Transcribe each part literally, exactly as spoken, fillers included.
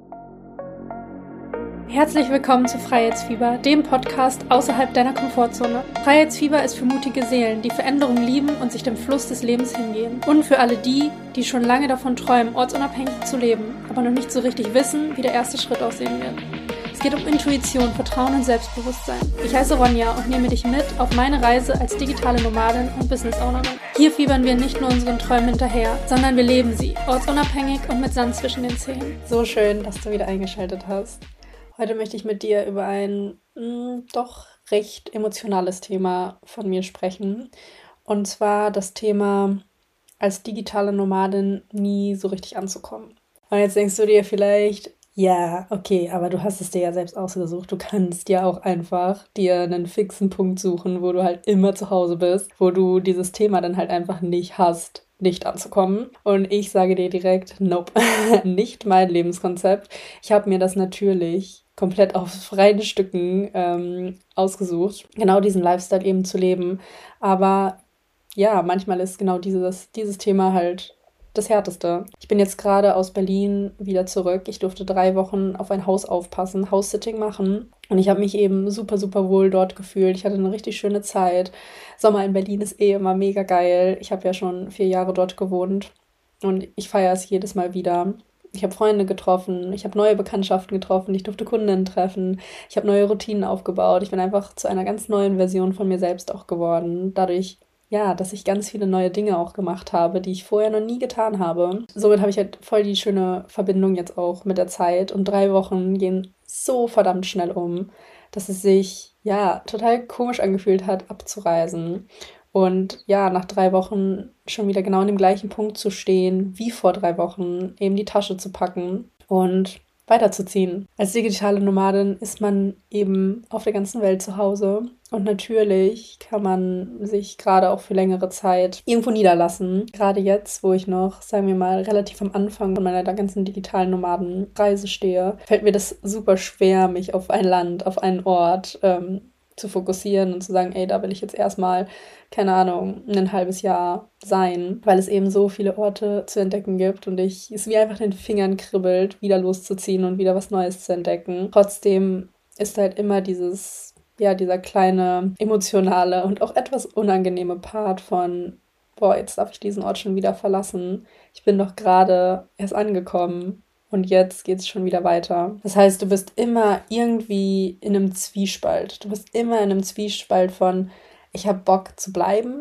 Herzlich willkommen zu Freiheitsfieber, dem Podcast außerhalb deiner Komfortzone. Freiheitsfieber ist für mutige Seelen, die Veränderung lieben und sich dem Fluss des Lebens hingehen. Und für alle die, die schon lange davon träumen, ortsunabhängig zu leben, aber noch nicht so richtig wissen, wie der erste Schritt aussehen wird. Es geht um Intuition, Vertrauen und Selbstbewusstsein. Ich heiße Ronja und nehme dich mit auf meine Reise als digitale Nomadin und Business-Ownerin. Hier fiebern wir nicht nur unseren Träumen hinterher, sondern wir leben sie, ortsunabhängig und mit Sand zwischen den Zähnen. So schön, dass du wieder eingeschaltet hast. Heute möchte ich mit dir über ein mh, doch recht emotionales Thema von mir sprechen. Und zwar das Thema, als digitale Nomadin nie so richtig anzukommen. Und jetzt denkst du dir vielleicht, ja, okay, aber du hast es dir ja selbst ausgesucht. Du kannst ja auch einfach dir einen fixen Punkt suchen, wo du halt immer zu Hause bist, wo du dieses Thema dann halt einfach nicht hast, nicht anzukommen. Und ich sage dir direkt, nope, nicht mein Lebenskonzept. Ich habe mir das natürlich komplett auf freien Stücken ähm, ausgesucht, genau diesen Lifestyle eben zu leben. Aber ja, manchmal ist genau dieses, dieses Thema halt das Härteste. Ich bin jetzt gerade aus Berlin wieder zurück. Ich durfte drei Wochen auf ein Haus aufpassen, House-Sitting machen. Und ich habe mich eben super, super wohl dort gefühlt. Ich hatte eine richtig schöne Zeit. Sommer in Berlin ist eh immer mega geil. Ich habe ja schon vier Jahre dort gewohnt und ich feiere es jedes Mal wieder. Ich habe Freunde getroffen, ich habe neue Bekanntschaften getroffen, ich durfte Kundinnen treffen, ich habe neue Routinen aufgebaut. Ich bin einfach zu einer ganz neuen Version von mir selbst auch geworden. Dadurch, ja, dass ich ganz viele neue Dinge auch gemacht habe, die ich vorher noch nie getan habe. Somit habe ich halt voll die schöne Verbindung jetzt auch mit der Zeit. Und drei Wochen gehen so verdammt schnell um, dass es sich, ja, total komisch angefühlt hat, abzureisen. Und ja, nach drei Wochen schon wieder genau an dem gleichen Punkt zu stehen, wie vor drei Wochen, eben die Tasche zu packen und weiterzuziehen. Als digitale Nomadin ist man eben auf der ganzen Welt zu Hause. Und natürlich kann man sich gerade auch für längere Zeit irgendwo niederlassen. Gerade jetzt, wo ich noch, sagen wir mal, relativ am Anfang von meiner ganzen digitalen Nomadenreise stehe, fällt mir das super schwer, mich auf ein Land, auf einen Ort ähm, zu fokussieren und zu sagen, ey, da will ich jetzt erstmal, keine Ahnung, ein halbes Jahr sein, weil es eben so viele Orte zu entdecken gibt und ich es wie einfach den Fingern kribbelt, wieder loszuziehen und wieder was Neues zu entdecken. Trotzdem ist halt immer dieses, ja, dieser kleine emotionale und auch etwas unangenehme Part von, boah, jetzt darf ich diesen Ort schon wieder verlassen. Ich bin doch gerade erst angekommen. Und jetzt geht es schon wieder weiter. Das heißt, du bist immer irgendwie in einem Zwiespalt. Du bist immer in einem Zwiespalt von, ich habe Bock zu bleiben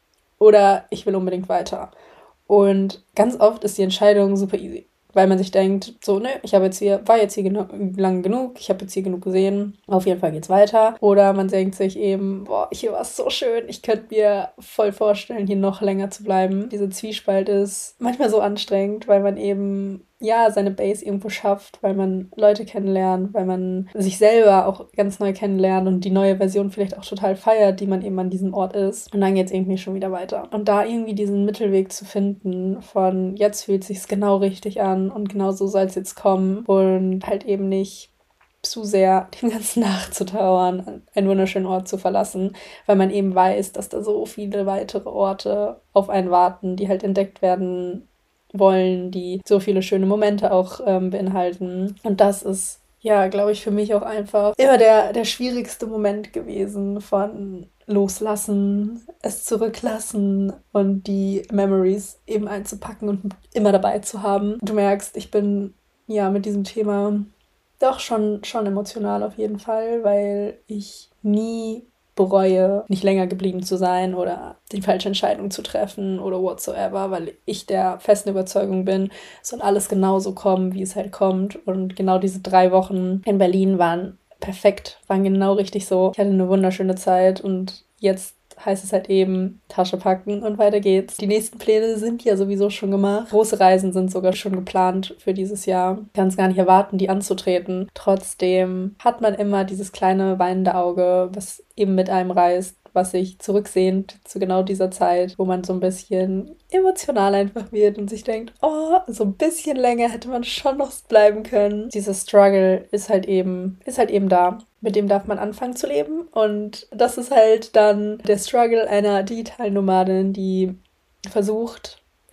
oder ich will unbedingt weiter. Und ganz oft ist die Entscheidung super easy, weil man sich denkt, so, ne, ich habe jetzt hier, war jetzt hier genu- lang genug, ich habe jetzt hier genug gesehen, auf jeden Fall geht's weiter. Oder man denkt sich eben, boah, hier war es so schön, ich könnte mir voll vorstellen, hier noch länger zu bleiben. Dieser Zwiespalt ist manchmal so anstrengend, weil man eben ja, seine Base irgendwo schafft, weil man Leute kennenlernt, weil man sich selber auch ganz neu kennenlernt und die neue Version vielleicht auch total feiert, die man eben an diesem Ort ist. Und dann geht es irgendwie schon wieder weiter. Und da irgendwie diesen Mittelweg zu finden von jetzt fühlt es sich genau richtig an und genau so soll es jetzt kommen und halt eben nicht zu sehr dem Ganzen nachzutrauern, einen wunderschönen Ort zu verlassen, weil man eben weiß, dass da so viele weitere Orte auf einen warten, die halt entdeckt werden wollen, die so viele schöne Momente auch ähm, beinhalten. Und das ist, ja, glaube ich, für mich auch einfach immer der, der schwierigste Moment gewesen von loslassen, es zurücklassen und die Memories eben einzupacken und immer dabei zu haben. Du merkst, ich bin ja mit diesem Thema doch schon, schon emotional auf jeden Fall, weil ich nie bereue, nicht länger geblieben zu sein oder die falsche Entscheidung zu treffen oder whatsoever, weil ich der festen Überzeugung bin, es soll alles genauso kommen, wie es halt kommt. Und genau diese drei Wochen in Berlin waren perfekt, waren genau richtig so. Ich hatte eine wunderschöne Zeit und jetzt heißt es halt eben Tasche packen und weiter geht's. Die nächsten Pläne sind ja sowieso schon gemacht. Große Reisen sind sogar schon geplant für dieses Jahr. Ich kann es gar nicht erwarten, die anzutreten. Trotzdem hat man immer dieses kleine weinende Auge, was eben mit einem reist, was sich zurücksehnt zu genau dieser Zeit, wo man so ein bisschen emotional einfach wird und sich denkt, oh, so ein bisschen länger hätte man schon noch bleiben können. Dieser Struggle ist halt eben, ist halt eben da. Mit dem darf man anfangen zu leben und das ist halt dann der Struggle einer digitalen Nomadin, die versucht,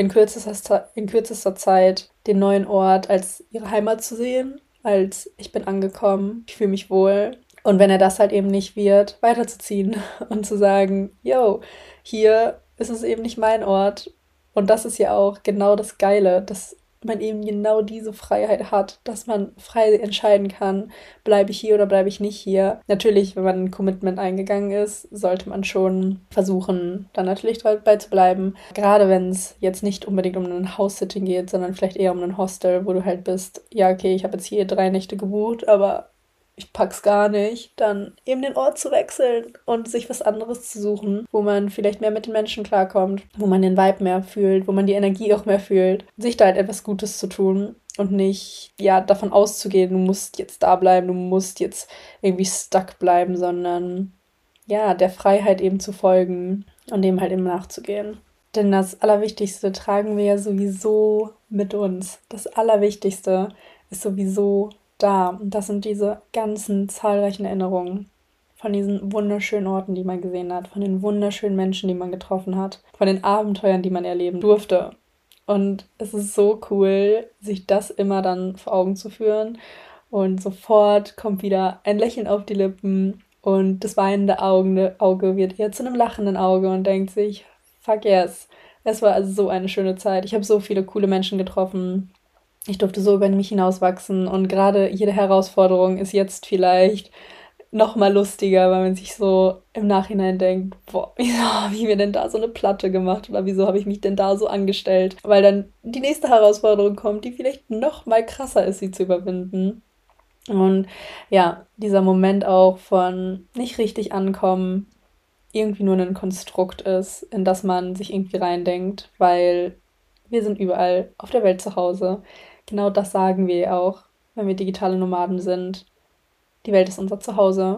in kürzester, in kürzester Zeit den neuen Ort als ihre Heimat zu sehen, als ich bin angekommen, ich fühle mich wohl. Und wenn er das halt eben nicht wird, weiterzuziehen und zu sagen, yo, hier ist es eben nicht mein Ort. Und das ist ja auch genau das Geile, dass man eben genau diese Freiheit hat, dass man frei entscheiden kann, bleibe ich hier oder bleibe ich nicht hier. Natürlich, wenn man ein Commitment eingegangen ist, sollte man schon versuchen, dann natürlich dabei zu bleiben. Gerade wenn es jetzt nicht unbedingt um ein House-Sitting geht, sondern vielleicht eher um ein Hostel, wo du halt bist, ja okay, ich habe jetzt hier drei Nächte gebucht, aber ich pack's gar nicht, dann eben den Ort zu wechseln und sich was anderes zu suchen, wo man vielleicht mehr mit den Menschen klarkommt, wo man den Vibe mehr fühlt, wo man die Energie auch mehr fühlt, sich da halt etwas Gutes zu tun und nicht, ja, davon auszugehen, du musst jetzt da bleiben, du musst jetzt irgendwie stuck bleiben, sondern, ja, der Freiheit eben zu folgen und dem halt eben nachzugehen. Denn das Allerwichtigste tragen wir ja sowieso mit uns. Das Allerwichtigste ist sowieso da. Und das sind diese ganzen zahlreichen Erinnerungen von diesen wunderschönen Orten, die man gesehen hat, von den wunderschönen Menschen, die man getroffen hat, von den Abenteuern, die man erleben durfte. Und es ist so cool, sich das immer dann vor Augen zu führen. Und sofort kommt wieder ein Lächeln auf die Lippen und das weinende Auge, Auge wird eher zu einem lachenden Auge und denkt sich, fuck yes, es war also so eine schöne Zeit. Ich habe so viele coole Menschen getroffen. Ich durfte so über mich hinauswachsen und gerade jede Herausforderung ist jetzt vielleicht noch mal lustiger, weil man sich so im Nachhinein denkt, boah, wieso habe ich mir denn da so eine Platte gemacht oder wieso habe ich mich denn da so angestellt? Weil dann die nächste Herausforderung kommt, die vielleicht noch mal krasser ist, sie zu überwinden. Und ja, dieser Moment auch von nicht richtig ankommen, irgendwie nur ein Konstrukt ist, in das man sich irgendwie reindenkt, weil wir sind überall auf der Welt zu Hause. Genau das sagen wir auch, wenn wir digitale Nomaden sind. Die Welt ist unser Zuhause.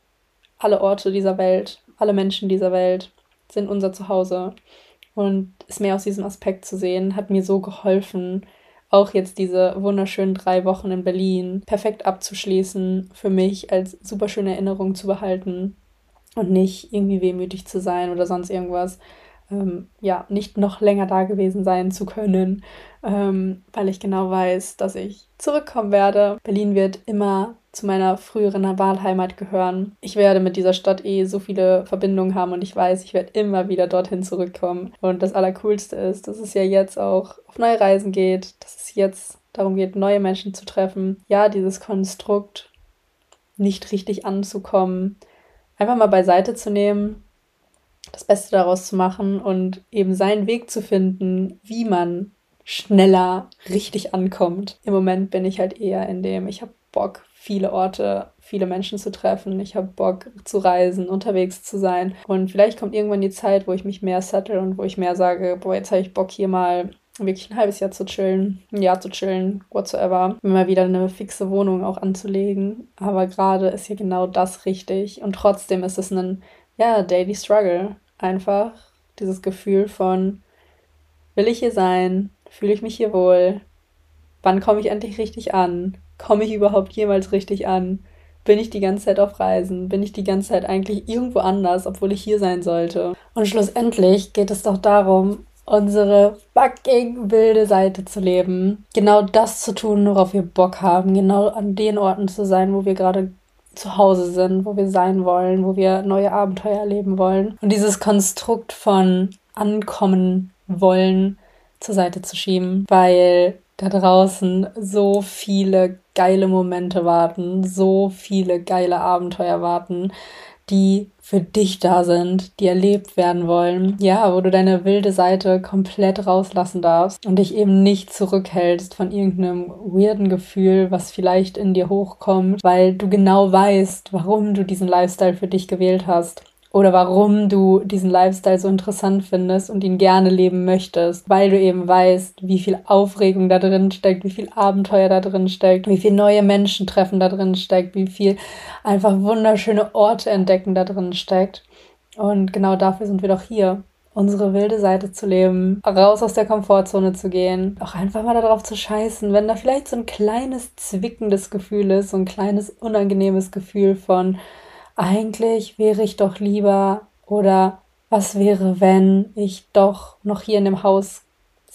Alle Orte dieser Welt, alle Menschen dieser Welt sind unser Zuhause. Und es mehr aus diesem Aspekt zu sehen, hat mir so geholfen, auch jetzt diese wunderschönen drei Wochen in Berlin perfekt abzuschließen, für mich als super schöne Erinnerung zu behalten und nicht irgendwie wehmütig zu sein oder sonst irgendwas. Ähm, ja, nicht noch länger da gewesen sein zu können, ähm, weil ich genau weiß, dass ich zurückkommen werde. Berlin wird immer zu meiner früheren Wahlheimat gehören. Ich werde mit dieser Stadt eh so viele Verbindungen haben und ich weiß, ich werde immer wieder dorthin zurückkommen. Und das Allercoolste ist, dass es ja jetzt auch auf neue Reisen geht, dass es jetzt darum geht, neue Menschen zu treffen. Ja, dieses Konstrukt nicht richtig anzukommen, einfach mal beiseite zu nehmen, das Beste daraus zu machen und eben seinen Weg zu finden, wie man schneller richtig ankommt. Im Moment bin ich halt eher in dem, ich habe Bock, viele Orte, viele Menschen zu treffen. Ich habe Bock zu reisen, unterwegs zu sein. Und vielleicht kommt irgendwann die Zeit, wo ich mich mehr settle und wo ich mehr sage, boah, jetzt habe ich Bock, hier mal wirklich ein halbes Jahr zu chillen, ein Jahr zu chillen, whatsoever. Mal wieder eine fixe Wohnung auch anzulegen. Aber gerade ist hier genau das richtig. Und trotzdem ist es ein, ja, Daily Struggle. Einfach dieses Gefühl von, will ich hier sein? Fühle ich mich hier wohl? Wann komme ich endlich richtig an? Komme ich überhaupt jemals richtig an? Bin ich die ganze Zeit auf Reisen? Bin ich die ganze Zeit eigentlich irgendwo anders, obwohl ich hier sein sollte? Und schlussendlich geht es doch darum, unsere fucking wilde Seite zu leben. Genau das zu tun, worauf wir Bock haben. Genau an den Orten zu sein, wo wir gerade zu Hause sind, wo wir sein wollen, wo wir neue Abenteuer erleben wollen. Und dieses Konstrukt von ankommen wollen zur Seite zu schieben, weil da draußen so viele geile Momente warten, so viele geile Abenteuer warten, die für dich da sind, die erlebt werden wollen. Ja, wo du deine wilde Seite komplett rauslassen darfst und dich eben nicht zurückhältst von irgendeinem weirden Gefühl, was vielleicht in dir hochkommt, weil du genau weißt, warum du diesen Lifestyle für dich gewählt hast. Oder warum du diesen Lifestyle so interessant findest und ihn gerne leben möchtest, weil du eben weißt, wie viel Aufregung da drin steckt, wie viel Abenteuer da drin steckt, wie viel neue Menschen treffen da drin steckt, wie viel einfach wunderschöne Orte entdecken da drin steckt. Und genau dafür sind wir doch hier, unsere wilde Seite zu leben, raus aus der Komfortzone zu gehen, auch einfach mal darauf zu scheißen, wenn da vielleicht so ein kleines zwickendes Gefühl ist, so ein kleines unangenehmes Gefühl von eigentlich wäre ich doch lieber oder was wäre, wenn ich doch noch hier in dem Haus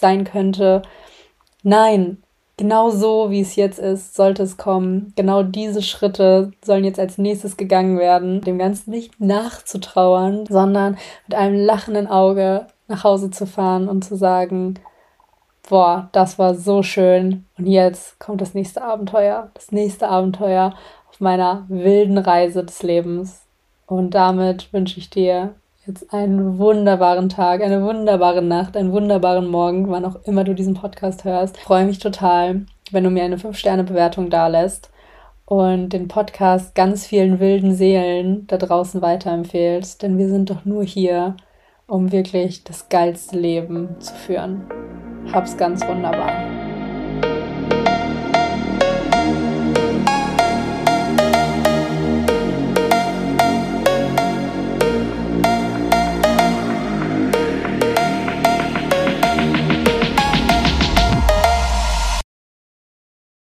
sein könnte. Nein, genau so, wie es jetzt ist, sollte es kommen. Genau diese Schritte sollen jetzt als nächstes gegangen werden, dem Ganzen nicht nachzutrauern, sondern mit einem lachenden Auge nach Hause zu fahren und zu sagen, boah, das war so schön und jetzt kommt das nächste Abenteuer, das nächste Abenteuer auf meiner wilden Reise des Lebens. Und damit wünsche ich dir jetzt einen wunderbaren Tag, eine wunderbare Nacht, einen wunderbaren Morgen, wann auch immer du diesen Podcast hörst. Ich freue mich total, wenn du mir eine fünf Sterne Bewertung dalässt und den Podcast ganz vielen wilden Seelen da draußen weiterempfehlst, denn wir sind doch nur hier, um wirklich das geilste Leben zu führen. Hab's ganz wunderbar.